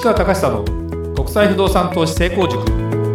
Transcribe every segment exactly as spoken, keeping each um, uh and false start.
川隆久の国際不動産投資成功塾。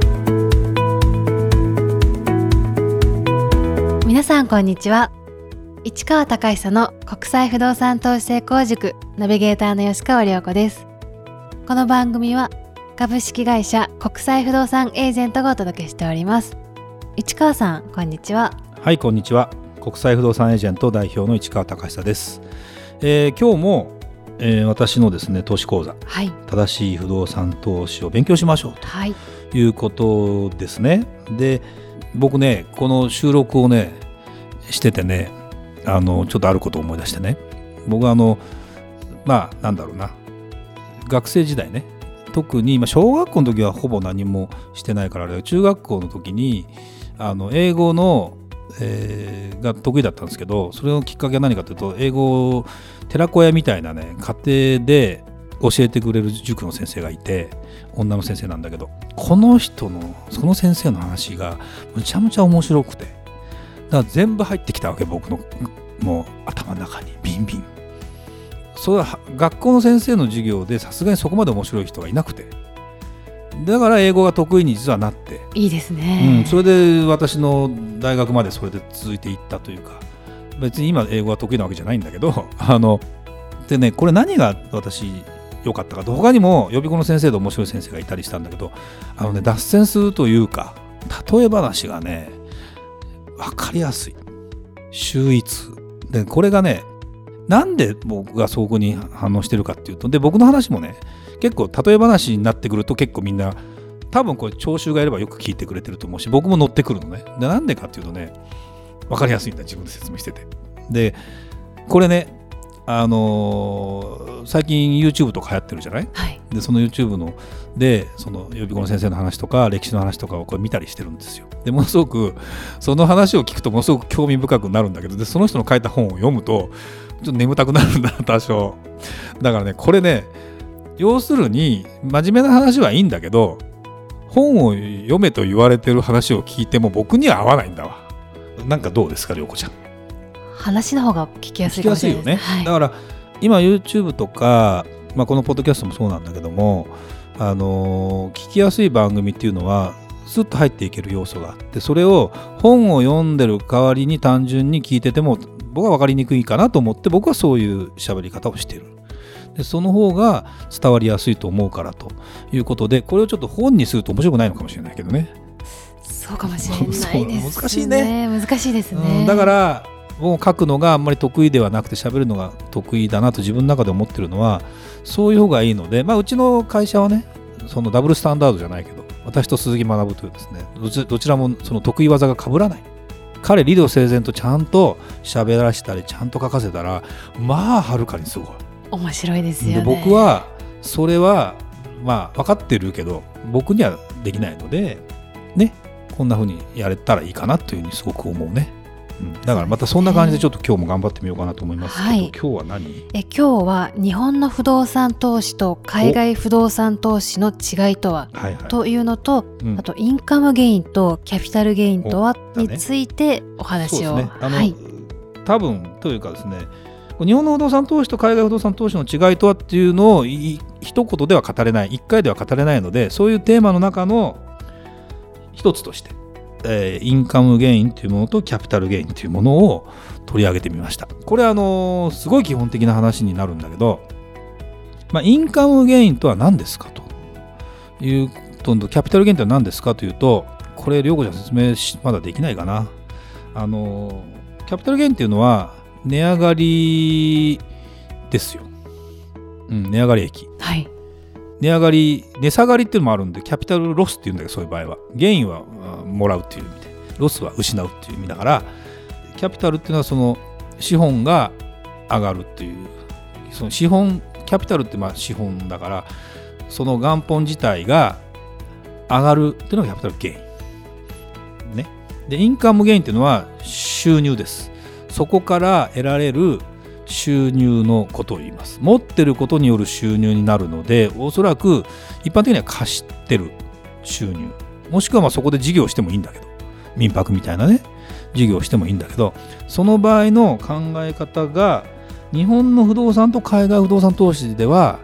皆さんこんにちは。市川隆久の国際不動産投資成功塾ナビゲーターの吉川良子です。この番組は株式会社国際不動産エージェントがお届けしております。市川さんこんにちは。 はい、こんにちは。国際不動産エージェント代表の市川隆久です。えー、今日も、えー、私のですね投資講座、はい、正しい不動産投資を勉強しましょうということですね。で、僕ねこの収録をねしててねあのちょっとあることを思い出してね、僕はあのまあなんだろうな学生時代ね、特に小学校の時はほぼ何もしてないからあれ、中学校の時にあの英語の、えー、が得意だったんですけど、それのきっかけは何かというと、英語を寺子屋みたいなね家庭で教えてくれる塾の先生がいて、女の先生なんだけど、この人のその先生の話がむちゃむちゃ面白くて、だから全部入ってきたわけ、僕のもう頭の中にビンビン。それは学校の先生の授業でさすがにそこまで面白い人がいなくて、だから英語が得意に実はなって、 いいですね、 うん、それで私の大学までそれで続いていったというか、別に今英語が得意なわけじゃないんだけど、あのでね、これ何が私良かったかと、他にも予備校の先生で面白い先生がいたりしたんだけど、あのね脱線するというか例え話がね分かりやすい、秀逸で、これがねなんで僕がそこに反応してるかっていうと、で僕の話もね結構例え話になってくると結構みんな多分これ聴衆がいればよく聞いてくれてると思うし、僕も乗ってくるのね。でなんでかっていうとね分かりやすいんだ、自分で説明してて。でこれねあのー、最近 YouTube とか流行ってるじゃない、はい、でその YouTube のでその予備校の先生の話とか歴史の話とかをこれ見たりしてるんですよ。でものすごくその話を聞くとものすごく興味深くなるんだけど、でその人の書いた本を読むとちょっと眠たくなるんだ多少。だからねこれね要するに真面目な話はいいんだけど、本を読めと言われてる話を聞いても僕には合わないんだわ。なんかどうですか涼子ちゃん。 話の方が聞きやすいかもしれないです。聞きやすいよね、はい、だから今 YouTube とか、まあ、このポッドキャストもそうなんだけども、あのー、聞きやすい番組っていうのはスッと入っていける要素があって、それを本を読んでる代わりに単純に聞いてても僕は分かりにくいかなと思って、僕はそういう喋り方をしている。でその方が伝わりやすいと思うからということで、これをちょっと本にすると面白くないのかもしれないけどね。 そうかもしれないですね。 難しいね。 難しいですね、 うん、だからもう書くのがあんまり得意ではなくて喋るのが得意だなと自分の中で思ってるのはそういう方がいいので、まあ、うちの会社はねそのダブルスタンダードじゃないけど、私と鈴木学というですね どち、どちらもその得意技が被らない。彼理路整然とちゃんと喋らせたりちゃんと書かせたらまあはるかにすごい面白いですよね。 で僕はそれはまあ分かってるけど僕にはできないのでね、こんな風にやれたらいいかなというふうにすごく思うね。うん、だからまたそんな感じでちょっと今日も頑張ってみようかなと思いますけど、はい、今日は何？ え今日は日本の不動産投資と海外不動産投資の違いとは、はいはい、というのと、うん、あとインカムゲインとキャピタルゲインとは、ね、についてお話を、ね、あの、はい、 多分というかですね、日本の不動産投資と海外不動産投資の違いとはっていうのを一言では語れない、一回では語れないので、そういうテーマの中の一つとしてえー、インカムゲインというものとキャピタルゲインというものを取り上げてみました。これはあのー、すごい基本的な話になるんだけど、まあ、インカムゲインとは何ですかというと、キャピタルゲインとは何ですかというと、これ涼子ちゃん説明しまだできないかな。あのー、キャピタルゲインっていうのは値上がりですよ、うん、値上がり益、はい、値上がり値下がりっていうのもあるんでキャピタルロスっていうんだけど、そういう場合はゲインはもらうっていう意味で、ロスは失うっていう意味だから、キャピタルっていうのはその資本が上がるっていう、その資本キャピタルってまあ資本だから、その元本自体が上がるっていうのがキャピタルゲインね。でインカムゲインっていうのは収入です。そこから得られる収入のことを言います。持ってることによる収入になるので、おそらく一般的には貸してる収入、もしくはまあそこで事業してもいいんだけど、民泊みたいなね事業してもいいんだけど、その場合の考え方が日本の不動産と海外不動産投資では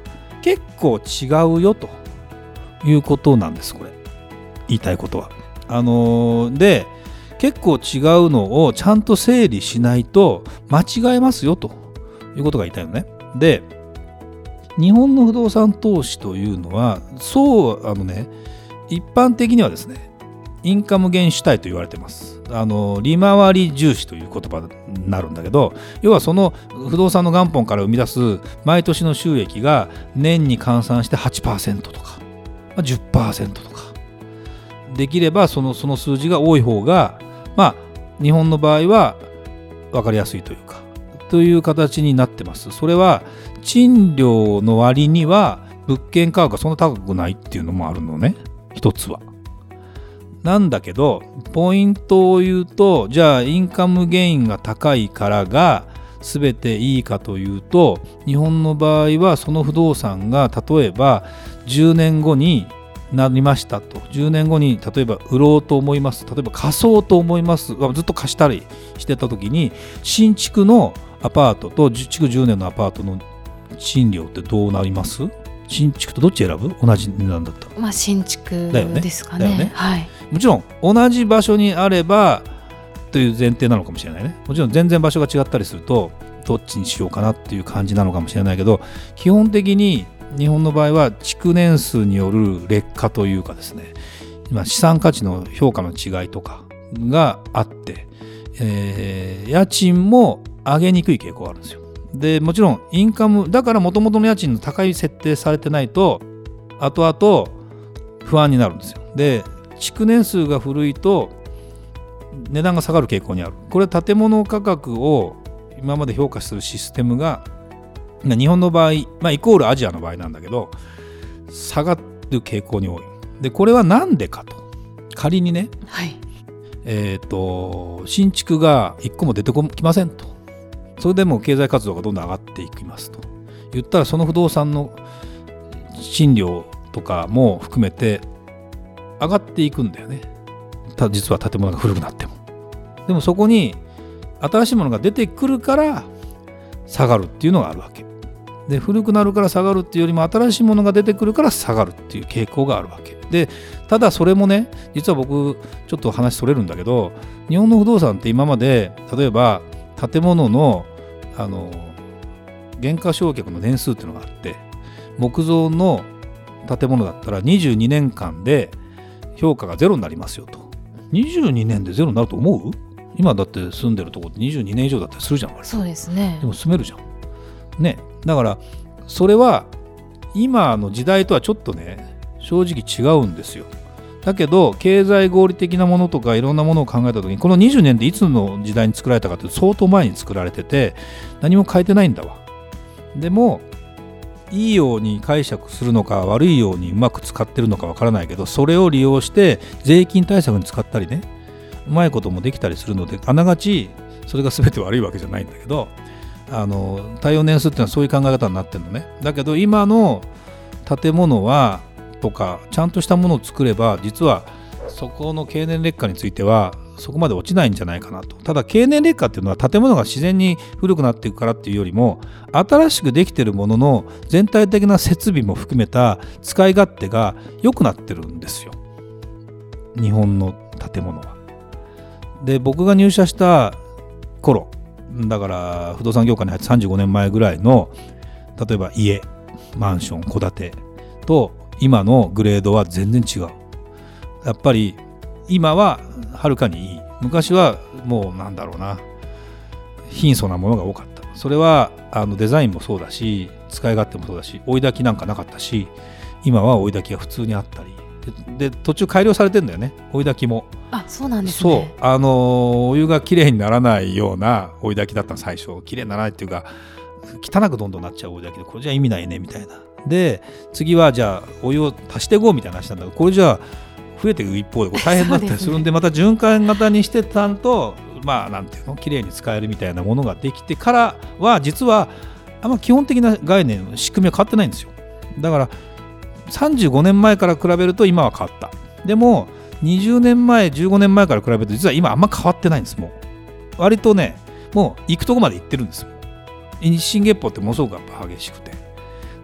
結構違うよということなんです。これ言いたいことはあのー、で結構違うのをちゃんと整理しないと間違えますよということが言いたいのね。で日本の不動産投資というのはそうあのね一般的にはですねインカムゲイン主体と言われてます。あの利回り重視という言葉になるんだけど、要はその不動産の元本から生み出す毎年の収益が年に換算して はちパーセント とか じゅっパーセント とかできればその、その数字が多い方がまあ日本の場合は分かりやすいというかという形になってます。それは賃料の割には物件価格がそんな高くないっていうのもあるのね、一つは。なんだけどポイントを言うと、じゃあインカムゲインが高いからが全ていいかというと、日本の場合はその不動産が例えばじゅうねんごになりましたと、じゅうねんごに例えば売ろうと思います、例えば貸そうと思います、ずっと貸したりしてた時に新築のアパートと築じゅうねんのアパートの賃料ってどうなります？新築とどっち選ぶ？同じ値段だったら、 まあ、新築ですか ね, だよね, だよね、 はい、 もちろん同じ場所にあればという前提なのかもしれないね。もちろん全然場所が違ったりするとどっちにしようかなっていう感じなのかもしれないけど、基本的に日本の場合は築年数による劣化というかですね、今資産価値の評価の違いとかがあって、えー、家賃も上げにくい傾向があるんですよ。でもちろんインカムだから元々の家賃の高い設定されてないと後々不安になるんですよ。で築年数が古いと値段が下がる傾向にある。これは建物価格を今まで評価するシステムが日本の場合、まあ、イコールアジアの場合なんだけど下がる傾向に多い。でこれは何でかと、仮にね、 はい、 えーと新築がいっこも出てきませんと、それでも経済活動がどんどん上がっていきますと言ったら、その不動産の賃料とかも含めて上がっていくんだよね。た実は建物が古くなっても。でもそこに新しいものが出てくるから下がるっていうのがあるわけで、古くなるから下がるっていうよりも新しいものが出てくるから下がるっていう傾向があるわけで、ただそれもね、実は僕ちょっと話それるんだけど、日本の不動産って今まで例えば建物のあの減価償却の年数っていうのがあって、木造の建物だったらにじゅうにねんかんで評価がゼロになりますよと。にじゅうにねんでゼロになると思う？今だって住んでるとこってにじゅうにねん以上だったりするじゃん。 そうですね。 でも住めるじゃんね。だからそれは今の時代とはちょっとね正直違うんですよ。だけど経済合理的なものとかいろんなものを考えた時に、このにじゅうねんでいつの時代に作られたかというと相当前に作られてて何も変えてないんだわ。でもいいように解釈するのか悪いようにうまく使ってるのかわからないけど、それを利用して税金対策に使ったりね、うまいこともできたりするので、あながちそれが全て悪いわけじゃないんだけど、あの耐用年数っていうのはそういう考え方になってるのね。だけど今の建物はとかちゃんとしたものを作れば、実はそこの経年劣化についてはそこまで落ちないんじゃないかなと。ただ経年劣化っていうのは建物が自然に古くなっていくからっていうよりも、新しくできているものの全体的な設備も含めた使い勝手が良くなってるんですよ、日本の建物は。で僕が入社した頃だから不動産業界に入ってさんじゅうごねんまえぐらいの、例えば家、マンション、戸建てと今のグレードは全然違う。やっぱり今ははるかにいい。昔はもうなんだろうな、貧相なものが多かった。それはあのデザインもそうだし、使い勝手もそうだし、追い焚きなんかなかったし、今は追い焚きが普通にあったり で, で途中改良されてんだよね、追い焚きも。 あ、そうなんですね。 そう、あのお湯がきれいにならないような追い焚きだったの最初。きれいにならないっていうか汚くどんどんなっちゃう追い焚きで、これじゃ意味ないねみたいな。で次はじゃあお湯を足していこうみたいな話なんだけど、これじゃあ増えていく一方でこれ大変だったりするんで、また循環型にしてたんと、まあなんていうの、きれいに使えるみたいなものができてからは、実はあんま基本的な概念仕組みは変わってないんですよ。だからさんじゅうごねんまえから比べると今は変わった。でもにじゅうねんまえじゅうごねんまえから比べると実は今あんま変わってないんです。もう割とね、もう行くとこまで行ってるんです。日進月歩ってものすごくやっぱ激しくて、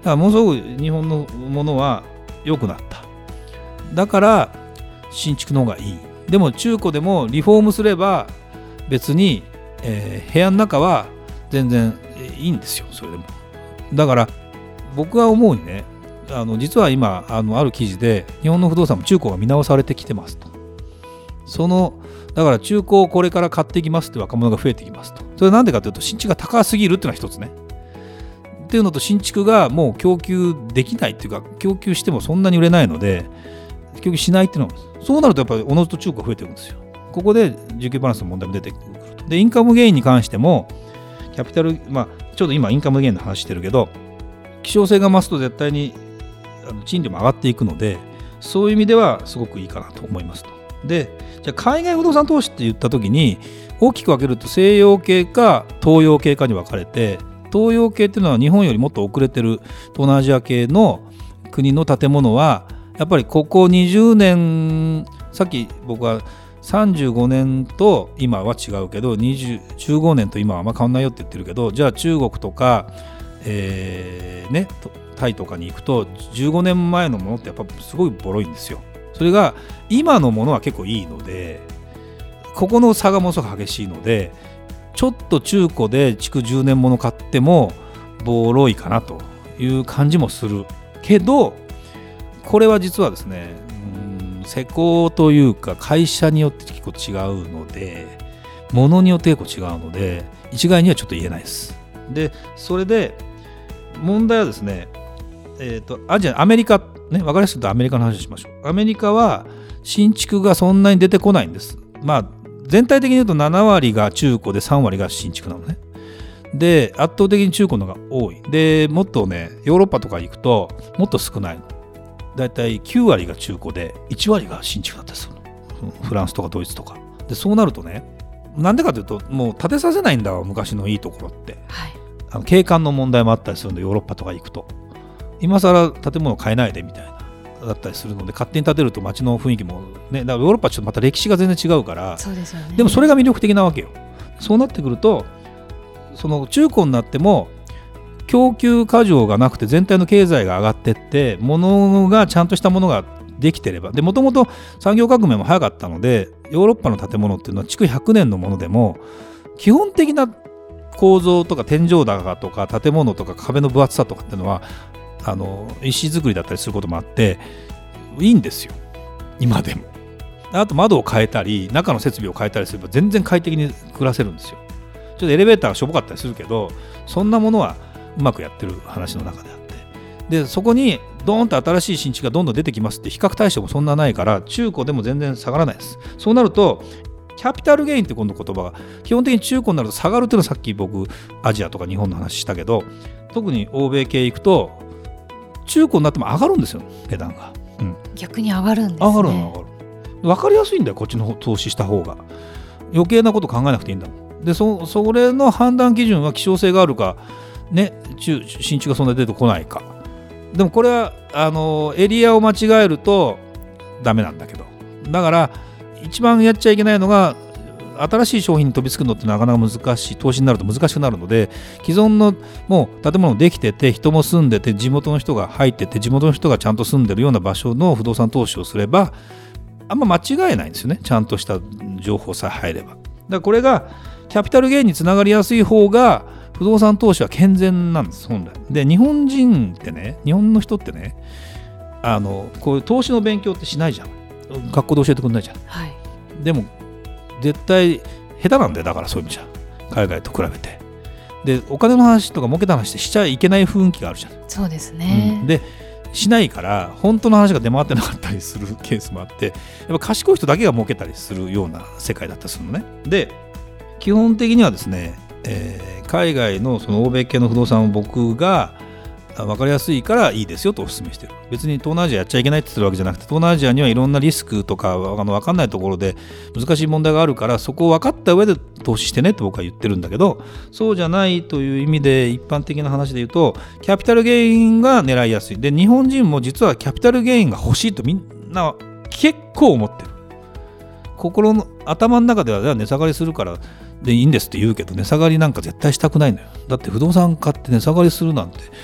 からものすごく日本のものは良くなった。だから新築の方がいい。でも中古でもリフォームすれば別に、えー、部屋の中は全然いいんですよ。それでもだから僕は思うにね、あの実は今 あのある記事で日本の不動産も中古が見直されてきてますと。そのだから中古をこれから買っていきますって若者が増えてきますと。それなんでかというと新築が高すぎるっていうのは一つね。っていうのと新築がもう供給できないっていうか供給してもそんなに売れないので供給しないっていうのはそうなるとやっぱりおのずと中古が増えてるんですよ。ここで需給バランスの問題も出てくると。でインカムゲインに関してもキャピタル、まあ、ちょうど今インカムゲインの話してるけど希少性が増すと絶対にあの賃料も上がっていくのでそういう意味ではすごくいいかなと思いますと。でじゃあ海外不動産投資って言った時に大きく分けると西洋系か東洋系かに分かれて東洋系っていうのは日本よりもっと遅れてる東南アジア系の国の建物はやっぱりここにじゅうねんさっき僕はさんじゅうごねんと今は違うけどにじゅう、じゅうごねんと今はあんま変わんないよって言ってるけどじゃあ中国とか、えーね、タイとかに行くとじゅうごねんまえのものってやっぱすごいボロいんですよ。それが今のものは結構いいのでここの差がものすごく激しいのでちょっと中古で築じゅうねんもの買ってもボロいかなという感じもするけどこれは実はですね施工というか会社によって結構違うので物によって結構違うので一概にはちょっと言えないです。でそれで問題はですね、えーと、アジアアメリカね、分かりやすく言うとアメリカの話をしましょう。アメリカは新築がそんなに出てこないんです。まあ全体的に言うとななわりが中古でさんわりが新築なのね。で圧倒的に中古の方が多い。でもっとねヨーロッパとか行くともっと少ないの。だいたいきゅうわりが中古でいちわりが新築だったりするの。フランスとかドイツとかでそうなるとねなんでかというともう建てさせないんだわ昔のいいところって、はい、あの景観の問題もあったりするのでヨーロッパとか行くと今更建物買えないでみたいなだったりするので勝手に建てると街の雰囲気もねだからヨーロッパはちょっとまた歴史が全然違うからそうですよね。 でもそれが魅力的なわけよ。そうなってくるとその中古になっても供給過剰がなくて全体の経済が上がってって物がちゃんとしたものができてればでもともと産業革命も早かったのでヨーロッパの建物っていうのは築ひゃくねんのものでも基本的な構造とか天井高とか建物とか壁の分厚さとかっていうのはあの石造りだったりすることもあっていいんですよ今でも。あと窓を変えたり中の設備を変えたりすれば全然快適に暮らせるんですよ。ちょっとエレベーターがしょぼかったりするけどそんなものはうまくやってる話の中であってでそこにドーンと新しい新築がどんどん出てきますって比較対象もそんなないから中古でも全然下がらないです。そうなるとキャピタルゲインって今度言葉が基本的に中古になると下がるっていうのはさっき僕アジアとか日本の話したけど特に欧米系行くと中古になっても上がるんですよ値段が、うん、 逆に上がるんですね。 上がるの上がる分かりやすいんだよこっちの投資した方が余計なこと考えなくていいんだもん。で そ, それの判断基準は希少性があるか、ね、中新築がそんなに出てこないか。でもこれはあのエリアを間違えるとダメなんだけどだから一番やっちゃいけないのが新しい商品に飛びつくのってなかなか難しい投資になると難しくなるので既存のもう建物できてて人も住んでて地元の人が入ってて地元の人がちゃんと住んでるような場所の不動産投資をすればあんま間違えないんですよね。ちゃんとした情報さえ入れば。だからこれがキャピタルゲインにつながりやすい方が不動産投資は健全なんです本来で。日本人ってね日本の人ってねあのこういう投資の勉強ってしないじゃん。学校で教えてくれないじゃん、はい、でも絶対下手なんだよだからそういう意味じゃ海外と比べてでお金の話とか儲けた話ってしちゃいけない雰囲気があるじゃん。 そうですね、 うん、でしないから本当の話が出回ってなかったりするケースもあってやっぱ賢い人だけが儲けたりするような世界だったりするのね。で基本的にはですね、えー、海外のその欧米系の不動産を僕が分かりやすいからいいですよとお勧めしてる。別に東南アジアやっちゃいけないって言ってるわけじゃなくて東南アジアにはいろんなリスクとかあの分かんないところで難しい問題があるからそこを分かった上で投資してねって僕は言ってるんだけどそうじゃないという意味で一般的な話で言うとキャピタルゲインが狙いやすい。で日本人も実はキャピタルゲインが欲しいとみんな結構思ってる。心の頭の中では値下がりするからでいいんですって言うけど値下がりなんか絶対したくないのよ。だって不動産買って値下がりするなんて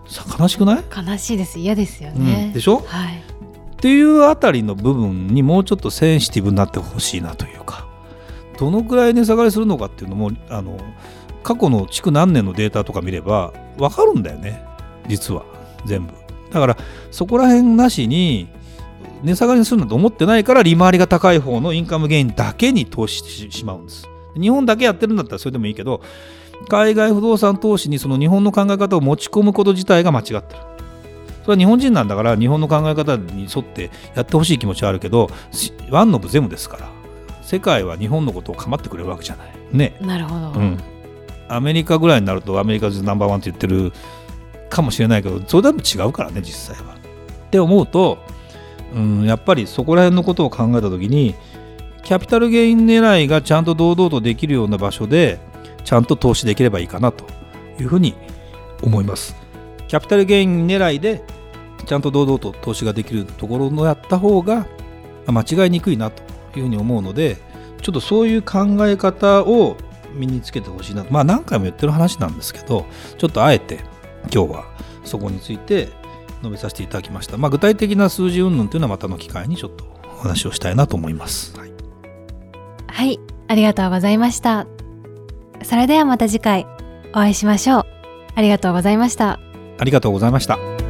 さ悲しくない？ 悲しいです。嫌ですよね、 うん、でしょ、 はい、 っていうあたりの部分にもうちょっとセンシティブになってほしいなというか、どのくらい値下がりするのかっていうのもあの過去の築何年のデータとか見れば分かるんだよね、実は全部。だからそこら辺なしに値下がりするなんて思ってないから、利回りが高い方のインカムゲインだけに投資してしまうんです。日本だけやってるんだったらそれでもいいけど、海外不動産投資にその日本の考え方を持ち込むこと自体が間違ってる。それは日本人なんだから日本の考え方に沿ってやってほしい気持ちはあるけど、ワンオブゼムですから、世界は日本のことを構ってくれるわけじゃないね。なるほど、うん、アメリカぐらいになるとアメリカズナンバーワンって言ってるかもしれないけど、それだと違うからね実際は。って思うと、うん、やっぱりそこら辺のことを考えたときに、キャピタルゲイン狙いがちゃんと堂々とできるような場所でちゃんと投資できればいいかなというふうに思います。キャピタルゲイン狙いでちゃんと堂々と投資ができるところのやった方が間違いにくいなというふうに思うので、ちょっとそういう考え方を身につけてほしいなと。まあ何回も言ってる話なんですけど、ちょっとあえて今日はそこについて述べさせていただきました。まあ具体的な数字云々というのはまたの機会にちょっとお話をしたいなと思います。はい、 はい、ありがとうございました。それではまた次回お会いしましょう。ありがとうございました。 ありがとうございました。